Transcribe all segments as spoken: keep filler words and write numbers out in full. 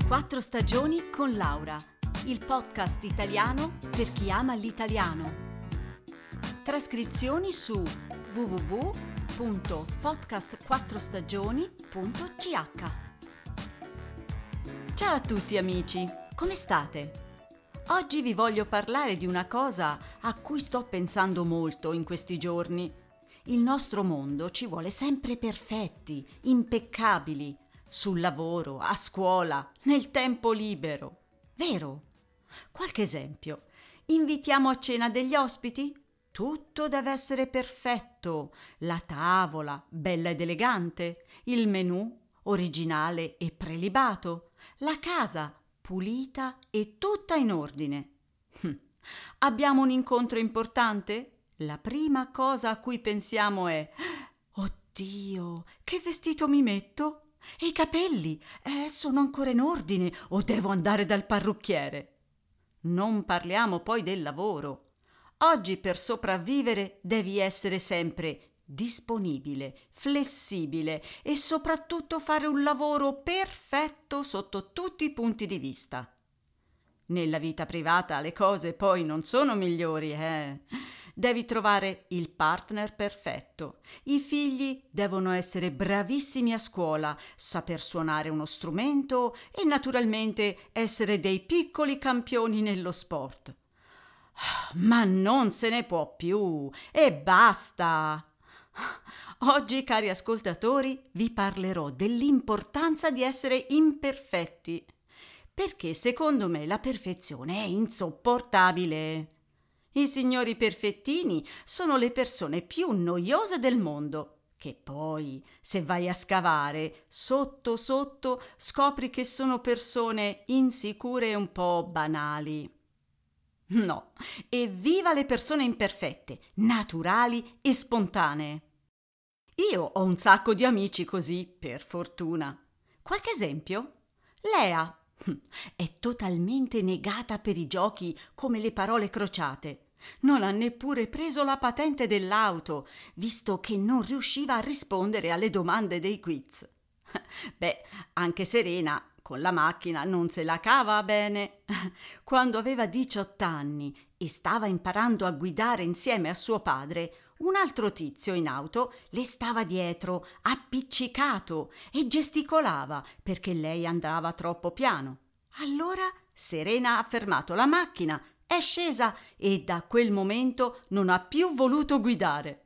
Quattro stagioni con Laura, il podcast italiano per chi ama l'italiano. Trascrizioni su w w w punto podcast quattro stagioni punto c h. Ciao a tutti amici, come state? Oggi vi voglio parlare di una cosa a cui sto pensando molto in questi giorni. Il nostro mondo ci vuole sempre perfetti, impeccabili, sul lavoro, a scuola, nel tempo libero. Vero? Qualche esempio. Invitiamo a cena degli ospiti? Tutto deve essere perfetto. La tavola, bella ed elegante. Il menù, originale e prelibato. La casa, pulita e tutta in ordine. Abbiamo un incontro importante? La prima cosa a cui pensiamo è: oddio, che vestito mi metto? E i capelli? Eh, sono ancora in ordine o devo andare dal parrucchiere? Non parliamo poi del lavoro. Oggi per sopravvivere devi essere sempre disponibile, flessibile e soprattutto fare un lavoro perfetto sotto tutti i punti di vista. Nella vita privata le cose poi non sono migliori, eh? Devi trovare il partner perfetto. I figli devono essere bravissimi a scuola, saper suonare uno strumento e naturalmente essere dei piccoli campioni nello sport. Ma non se ne può più e basta! Oggi, cari ascoltatori, vi parlerò dell'importanza di essere imperfetti, perché secondo me la perfezione è insopportabile. I signori perfettini sono le persone più noiose del mondo, che poi, se vai a scavare, sotto sotto scopri che sono persone insicure e un po' banali. No, evviva le persone imperfette, naturali e spontanee. Io ho un sacco di amici così, per fortuna. Qualche esempio? Lea è totalmente negata per i giochi come le parole crociate. Non ha neppure preso la patente dell'auto, visto che non riusciva a rispondere alle domande dei quiz. Beh, anche Serena con la macchina non se la cava bene. Quando aveva diciotto anni e stava imparando a guidare insieme a suo padre, un altro tizio in auto le stava dietro, appiccicato, e gesticolava perché lei andava troppo piano. Allora Serena ha fermato la macchina, è scesa e da quel momento non ha più voluto guidare.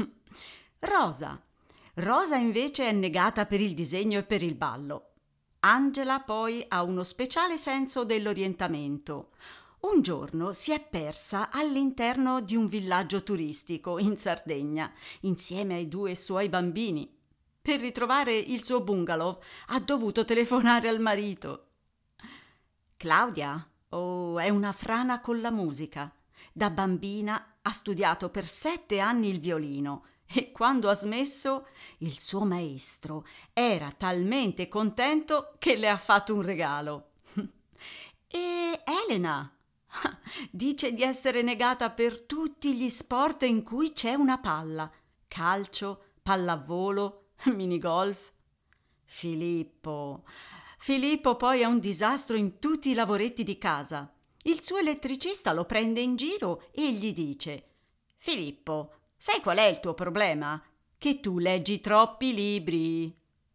Rosa. Rosa invece è negata per il disegno e per il ballo. Angela poi ha uno speciale senso dell'orientamento. Un giorno si è persa all'interno di un villaggio turistico in Sardegna, insieme ai due suoi bambini. Per ritrovare il suo bungalow ha dovuto telefonare al marito. Claudia, oh, è una frana con la musica. Da bambina ha studiato per sette anni il violino e quando ha smesso, il suo maestro era talmente contento che le ha fatto un regalo. E Elena dice di essere negata per tutti gli sport in cui c'è una palla: calcio, pallavolo, minigolf. Filippo. Filippo poi è un disastro in tutti i lavoretti di casa. Il suo elettricista lo prende in giro e gli dice: Filippo, sai qual è il tuo problema? Che tu leggi troppi libri.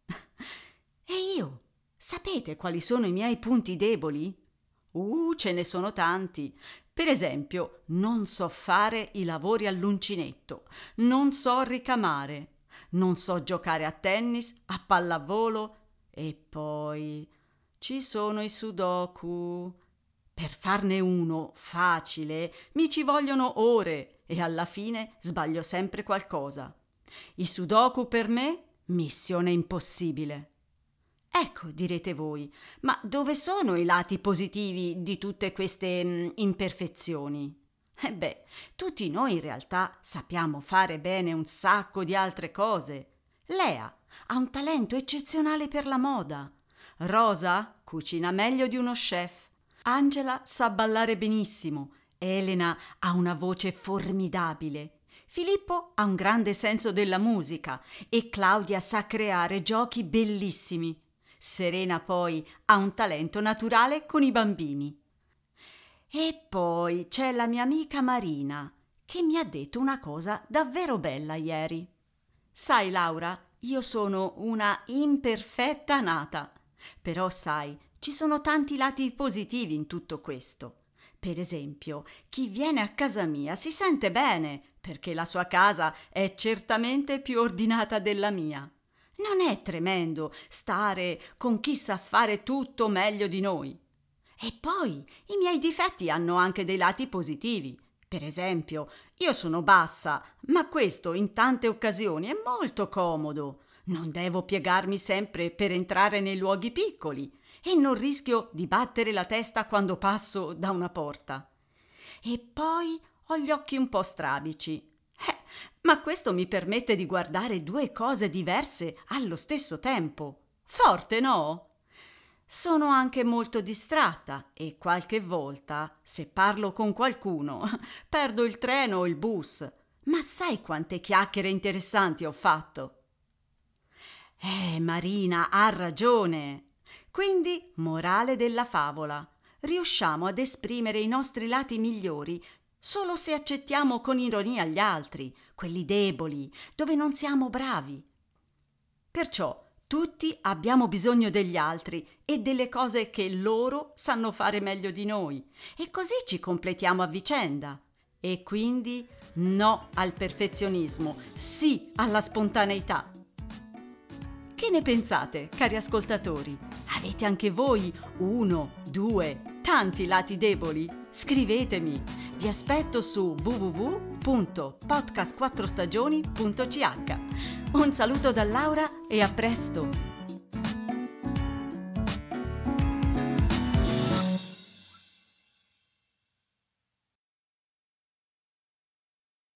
E io? Sapete quali sono i miei punti deboli? Uh, ce ne sono tanti. Per esempio, non so fare i lavori all'uncinetto, non so ricamare, non so giocare a tennis, a pallavolo e poi ci sono i sudoku. Per farne uno facile mi ci vogliono ore e alla fine sbaglio sempre qualcosa. I sudoku per me, missione impossibile. Ecco, direte voi, ma dove sono i lati positivi di tutte queste mh, imperfezioni? E beh, tutti noi in realtà sappiamo fare bene un sacco di altre cose. Lea ha un talento eccezionale per la moda. Rosa cucina meglio di uno chef. Angela sa ballare benissimo. Elena ha una voce formidabile. Filippo ha un grande senso della musica e Claudia sa creare giochi bellissimi. Serena poi ha un talento naturale con i bambini. E poi c'è la mia amica Marina, che mi ha detto una cosa davvero bella ieri. Sai, Laura, io sono una imperfetta nata, però sai, ci sono tanti lati positivi in tutto questo. Per esempio, chi viene a casa mia si sente bene, perché la sua casa è certamente più ordinata della mia. Non è tremendo stare con chi sa fare tutto meglio di noi. E poi i miei difetti hanno anche dei lati positivi. Per esempio, io sono bassa, ma questo in tante occasioni è molto comodo. Non devo piegarmi sempre per entrare nei luoghi piccoli e non rischio di battere la testa quando passo da una porta. E poi ho gli occhi un po' strabici. Eh, ma questo mi permette di guardare due cose diverse allo stesso tempo. Forte, no? Sono anche molto distratta e qualche volta, se parlo con qualcuno, perdo il treno o il bus. Ma sai quante chiacchiere interessanti ho fatto? Eh, Marina ha ragione. Quindi, morale della favola, riusciamo ad esprimere i nostri lati migliori solo se accettiamo con ironia gli altri, quelli deboli, dove non siamo bravi. Perciò tutti abbiamo bisogno degli altri e delle cose che loro sanno fare meglio di noi, e così ci completiamo a vicenda. E quindi no al perfezionismo, sì alla spontaneità. Che ne pensate, cari ascoltatori? Avete anche voi uno, due, tanti lati deboli? Scrivetemi. Vi aspetto su w w w punto podcast quattro stagioni punto c h. Un saluto da Laura e a presto!